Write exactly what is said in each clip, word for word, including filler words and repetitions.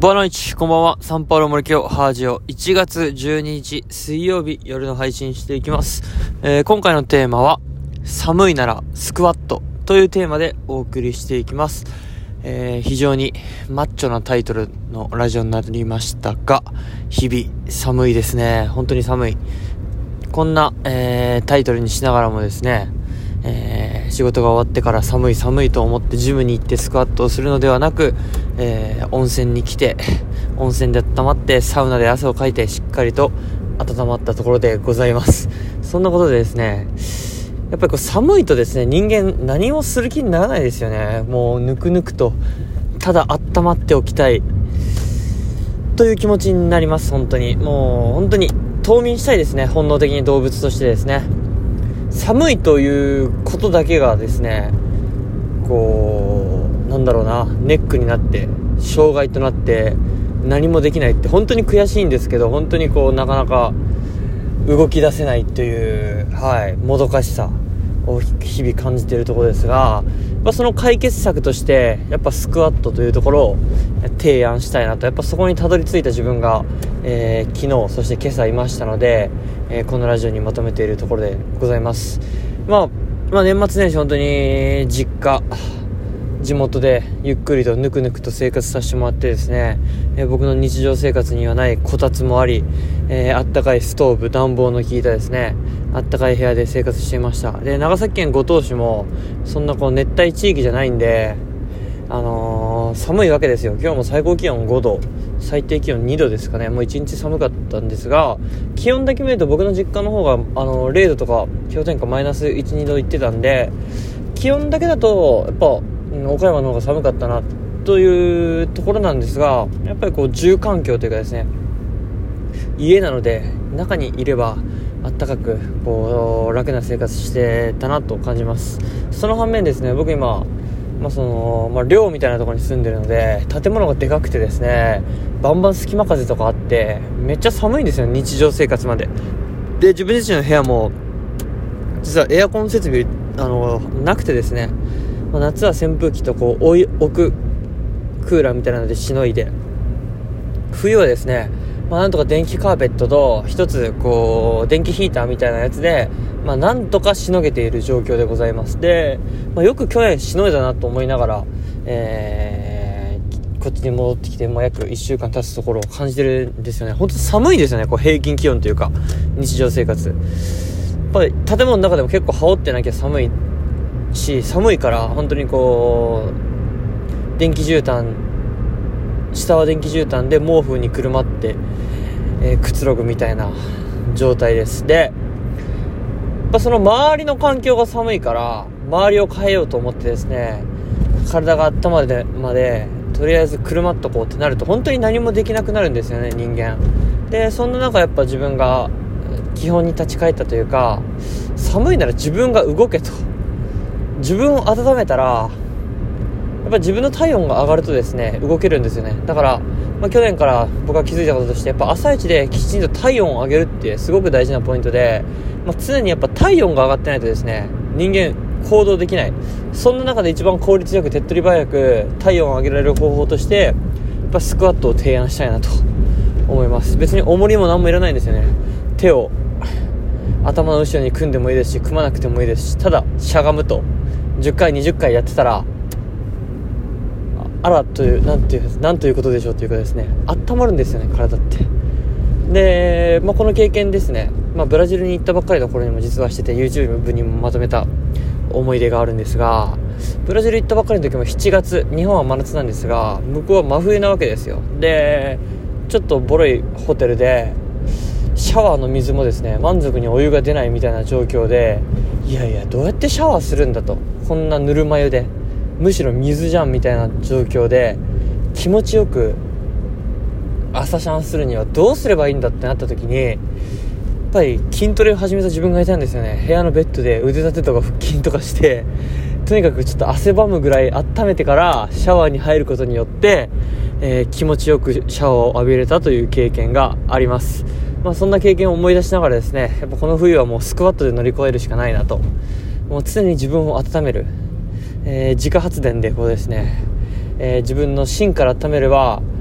ボアノイチ、こんばんは。サンパウロ森京ハージオいちがつじゅうににち水曜日夜の配信していきます。えー、今回のテーマは寒いならスクワットというテーマでお送りしていきます。えー、非常にマッチョなタイトルのラジオになりましたが、日々寒いですね。本当に寒い。こんな、えー、タイトルにしながらもですね、えー、仕事が終わってから寒い寒いと思ってジムに行ってスクワットをするのではなく、えー、温泉に来て温泉で温まってサウナで汗をかいてしっかりと温まったところでございます。そんなことでですね、やっぱりこう寒いとですね、人間何もする気にならないですよね。もうぬくぬくとただ温まっておきたいという気持ちになります。本当にもう本当に冬眠したいですね。本能的に動物としてですね、寒いということだけがですね、こうなんだろうな、ネックになって障害となって何もできないって本当に悔しいんですけど、本当にこうなかなか動き出せないという、はい、もどかしさを日々感じているところですが、まあ、その解決策としてやっぱスクワットというところを提案したいなと、やっぱそこにたどり着いた自分が、えー、昨日そして今朝いましたので、えー、このラジオにまとめているところでございます。まあ、まあ年末年始本当に実家地元でゆっくりとぬくぬくと生活させてもらってですね、えー、僕の日常生活にはないこたつもあり、えー、あったかいストーブ、暖房の効いたですねあったかい部屋で生活していました。で、長崎県五島市もそんなこう熱帯地域じゃないんで、あのー、寒いわけですよ。今日も最高気温ごど、最低気温にどですかね。もう一日寒かったんですが、気温だけ見ると僕の実家の方が、あのー、れいどとか氷点下マイナスいち、にどいってたんで、気温だけだとやっぱ岡山の方が寒かったなというところなんですが、やっぱりこう住環境というかですね、家なので中にいれば暖かくこう楽な生活してたなと感じます。その反面ですね、僕今、まあそのまあ、寮みたいなところに住んでるので、建物がでかくてですね、バンバン隙間風とかあってめっちゃ寒いんですよ、日常生活まで。で、自分自身の部屋も実はエアコン設備あのなくてですね、まあ、夏は扇風機とこう置い置くクーラーみたいなのでしのいで、冬はですね、まあ、なんとか電気カーペットと一つこう電気ヒーターみたいなやつで、まあ、なんとかしのげている状況でございます。で、まあ、よく去年しのいだなと思いながら、えー、こっちに戻ってきてもう約いっしゅうかん経つところを感じてるんですよね。本当寒いですよね、こう平均気温というか日常生活。やっぱり建物の中でも結構羽織ってなきゃ寒いし、寒いから本当にこう電気絨毯、下は電気絨毯で毛布にくるまって、えー、くつろぐみたいな状態です。で、やっぱその周りの環境が寒いから周りを変えようと思ってですね、体が温まるまでとりあえずくるまっとこうってなると本当に何もできなくなるんですよね、人間で。そんな中やっぱ自分が基本に立ち返ったというか、寒いなら自分が動けと、自分を温めたらやっぱり自分の体温が上がるとですね動けるんですよね。だから、まあ、去年から僕が気づいたこととして、やっぱ朝一できちんと体温を上げるってすごく大事なポイントで、まあ、常にやっぱ体温が上がってないとですね人間行動できない。そんな中で一番効率よく手っ取り早く体温を上げられる方法としてやっぱスクワットを提案したいなと思います。別に重りも何もいらないんですよね。手を頭の後ろに組んでもいいですし、組まなくてもいいですし、ただしゃがむとじゅっかいにじゅっかいやってたら、あらというなんていうなんということでしょうというかですね、温まるんですよね、体って。で、まあ、この経験ですね、まあ、ブラジルに行ったばっかりの頃にも実はしてて YouTube にもまとめた思い出があるんですが、ブラジル行ったばっかりの時もしちがつ、日本は真夏なんですが向こうは真冬なわけですよ。で、ちょっとボロいホテルでシャワーの水もですね満足にお湯が出ないみたいな状況で、いやいやどうやってシャワーするんだと、こんなぬるま湯でむしろ水じゃんみたいな状況で気持ちよく朝シャンするにはどうすればいいんだってなった時に、やっぱり筋トレを始めた自分がいたんですよね。部屋のベッドで腕立てとか腹筋とかして、とにかくちょっと汗ばむぐらい温めてからシャワーに入ることによって、えー、気持ちよくシャワーを浴びれたという経験があります。まあ、そんな経験を思い出しながらですね、やっぱこの冬はもうスクワットで乗り越えるしかないなと、もう常に自分を温める、えー、自家発電でこうですね、えー、自分の芯から温めれば、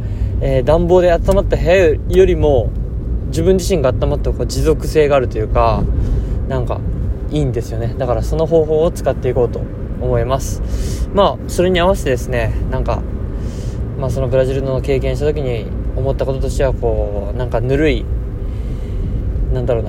えー、暖房で温まった部屋よりも自分自身が温まった方が持続性があるというか、なんかいいんですよね。だからその方法を使っていこうと思います。まあそれに合わせてですね、なんかまあそのブラジルの経験した時に思ったこととしては、こうなんかぬるいなんだろうな、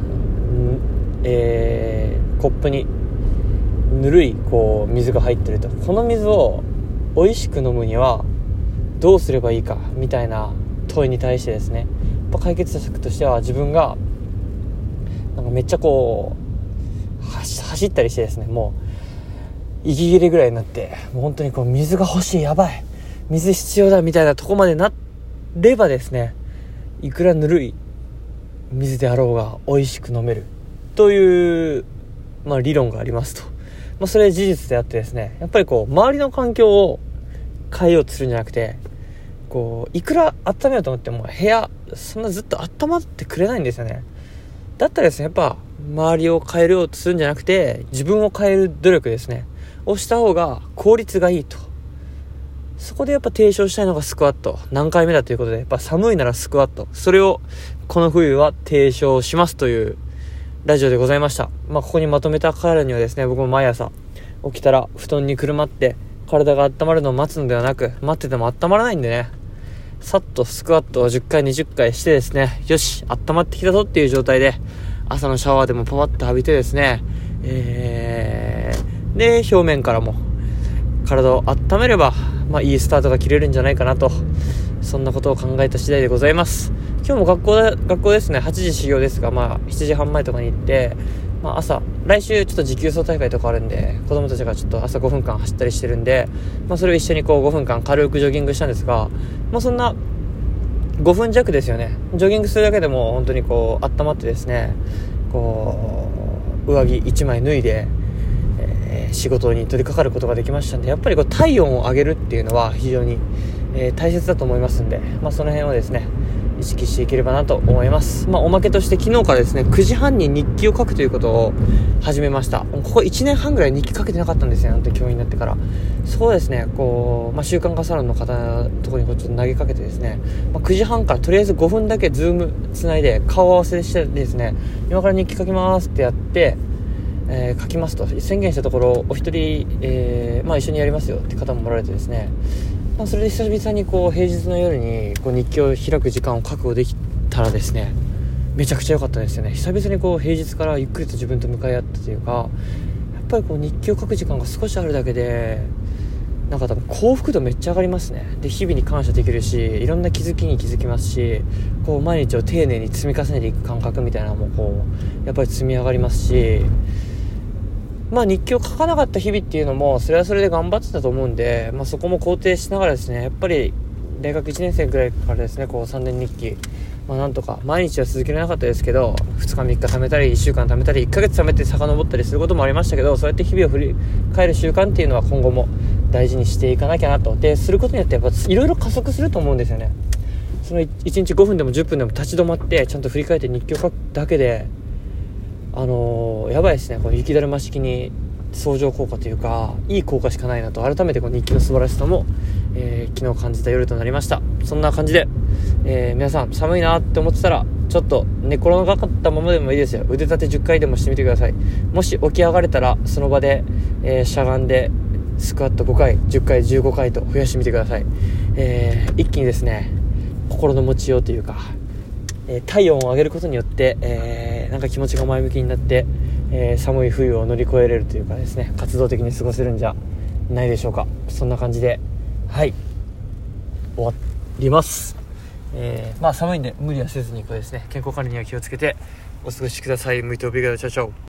えー、コップにぬるいこう水が入ってると、この水を美味しく飲むにはどうすればいいかみたいな問いに対してですね、やっぱ解決策としては、自分がなんかめっちゃこう走、走ったりしてですね、もう息切れぐらいになって、もう本当にこう水が欲しい、やばい、水必要だみたいなとこまでなればですね、いくらぬるい水であろうが美味しく飲めるという、まあ、理論がありますと。まあ、それは事実であってですね、やっぱりこう周りの環境を変えようとするんじゃなくて、こういくら温めようと思っても部屋そんなずっと温まってくれないんですよね。だったらですね、やっぱ周りを変えようとするんじゃなくて、自分を変える努力ですねをした方が効率がいいと。そこでやっぱ提唱したいのがスクワット、何回目だということで、やっぱ寒いならスクワット、それをこの冬は提唱しますというラジオでございました。まあここにまとめたからにはですね、僕も毎朝起きたら布団にくるまって体が温まるのを待つのではなく、待ってても温まらないんでね、さっとスクワットをじゅっかいにじゅっかいしてですね、よし温まってきたぞっていう状態で朝のシャワーでもパパッと浴びてですね、えー、で表面からも体を温めれば、まあいいスタートが切れるんじゃないかなと、そんなことを考えた次第でございます。今日も学校だ学校ですね、はちじ始業ですが、まあしちじはんまえとかに行って、まあ、朝来週ちょっと持久走大会とかあるんで、子供たちがちょっと朝ごふんかん走ったりしてるんで、まあ、それを一緒にこうごふんかん軽くジョギングしたんですが、まあ、そんなごふん弱ですよね。ジョギングするだけでも本当にこう温まってですね、こう上着いちまい脱いで、えー、仕事に取り掛かることができましたんで、やっぱりこう体温を上げるっていうのは非常に、えー、大切だと思いますんで、まあ、その辺をですね意識していければなと思います。まあ、おまけとして昨日からですねくじはんに日記を書くということを始めました。ここいちねんはんぐらい日記書けてなかったんですよ、なんて教員になってから。そうですね、こう、まあ、習慣化サロンの方のところにこうちょっと投げかけてですね、まあ、くじはんからとりあえずごふんだけズームつないで顔合わせしてですね、今から日記書きますってやって、えー、書きますと宣言したところ、お一人、えーまあ、一緒にやりますよって方もおられてですね、まあ、それで久々にこう平日の夜にこう日記を開く時間を確保できたらですね、めちゃくちゃ良かったですよね。久々にこう平日からゆっくりと自分と向かい合ったというか、やっぱりこう日記を書く時間が少しあるだけで、なんか多分幸福度めっちゃ上がりますね。で日々に感謝できるし、いろんな気づきに気づきますし、こう毎日を丁寧に積み重ねていく感覚みたいなのもこうやっぱり積み上がりますし、まあ日記を書かなかった日々っていうのもそれはそれで頑張ってたと思うんで、まあ、そこも肯定しながらですね、やっぱり大学いちねん生くらいからですね、こうさんねん日記、まあ、なんとか毎日は続けられなかったですけど、ふつかみっか貯めたりいっしゅうかん貯めたりいっかげつ貯めて遡ったりすることもありましたけど、そうやって日々を振り返る習慣っていうのは今後も大事にしていかなきゃなと。ですることによってやっぱいろいろ加速すると思うんですよね。そのいちにちごふんでもじゅっぷんでも立ち止まってちゃんと振り返って日記を書くだけで、あのー、やばいですね。この雪だるま式に相乗効果というか、いい効果しかないなと改めてこの日記の素晴らしさも、えー、昨日感じた夜となりました。そんな感じで、えー、皆さん寒いなって思ってたらちょっと寝転がったままでもいいですよ。腕立てじゅっかいでもしてみてください。もし起き上がれたらその場で、えー、しゃがんでスクワットごかい、じゅっかい、じゅうごかいと増やしてみてください。えー、一気にですね心の持ちようというか、えー、体温を上げることによって、えー、なんか気持ちが前向きになって、えー、寒い冬を乗り越えれるというかですね、活動的に過ごせるんじゃないでしょうか。そんな感じではい終わります。えー、まあ寒いんで無理はせずにこうですね、健康管理には気をつけてお過ごしください。向いておびがチャチャオ。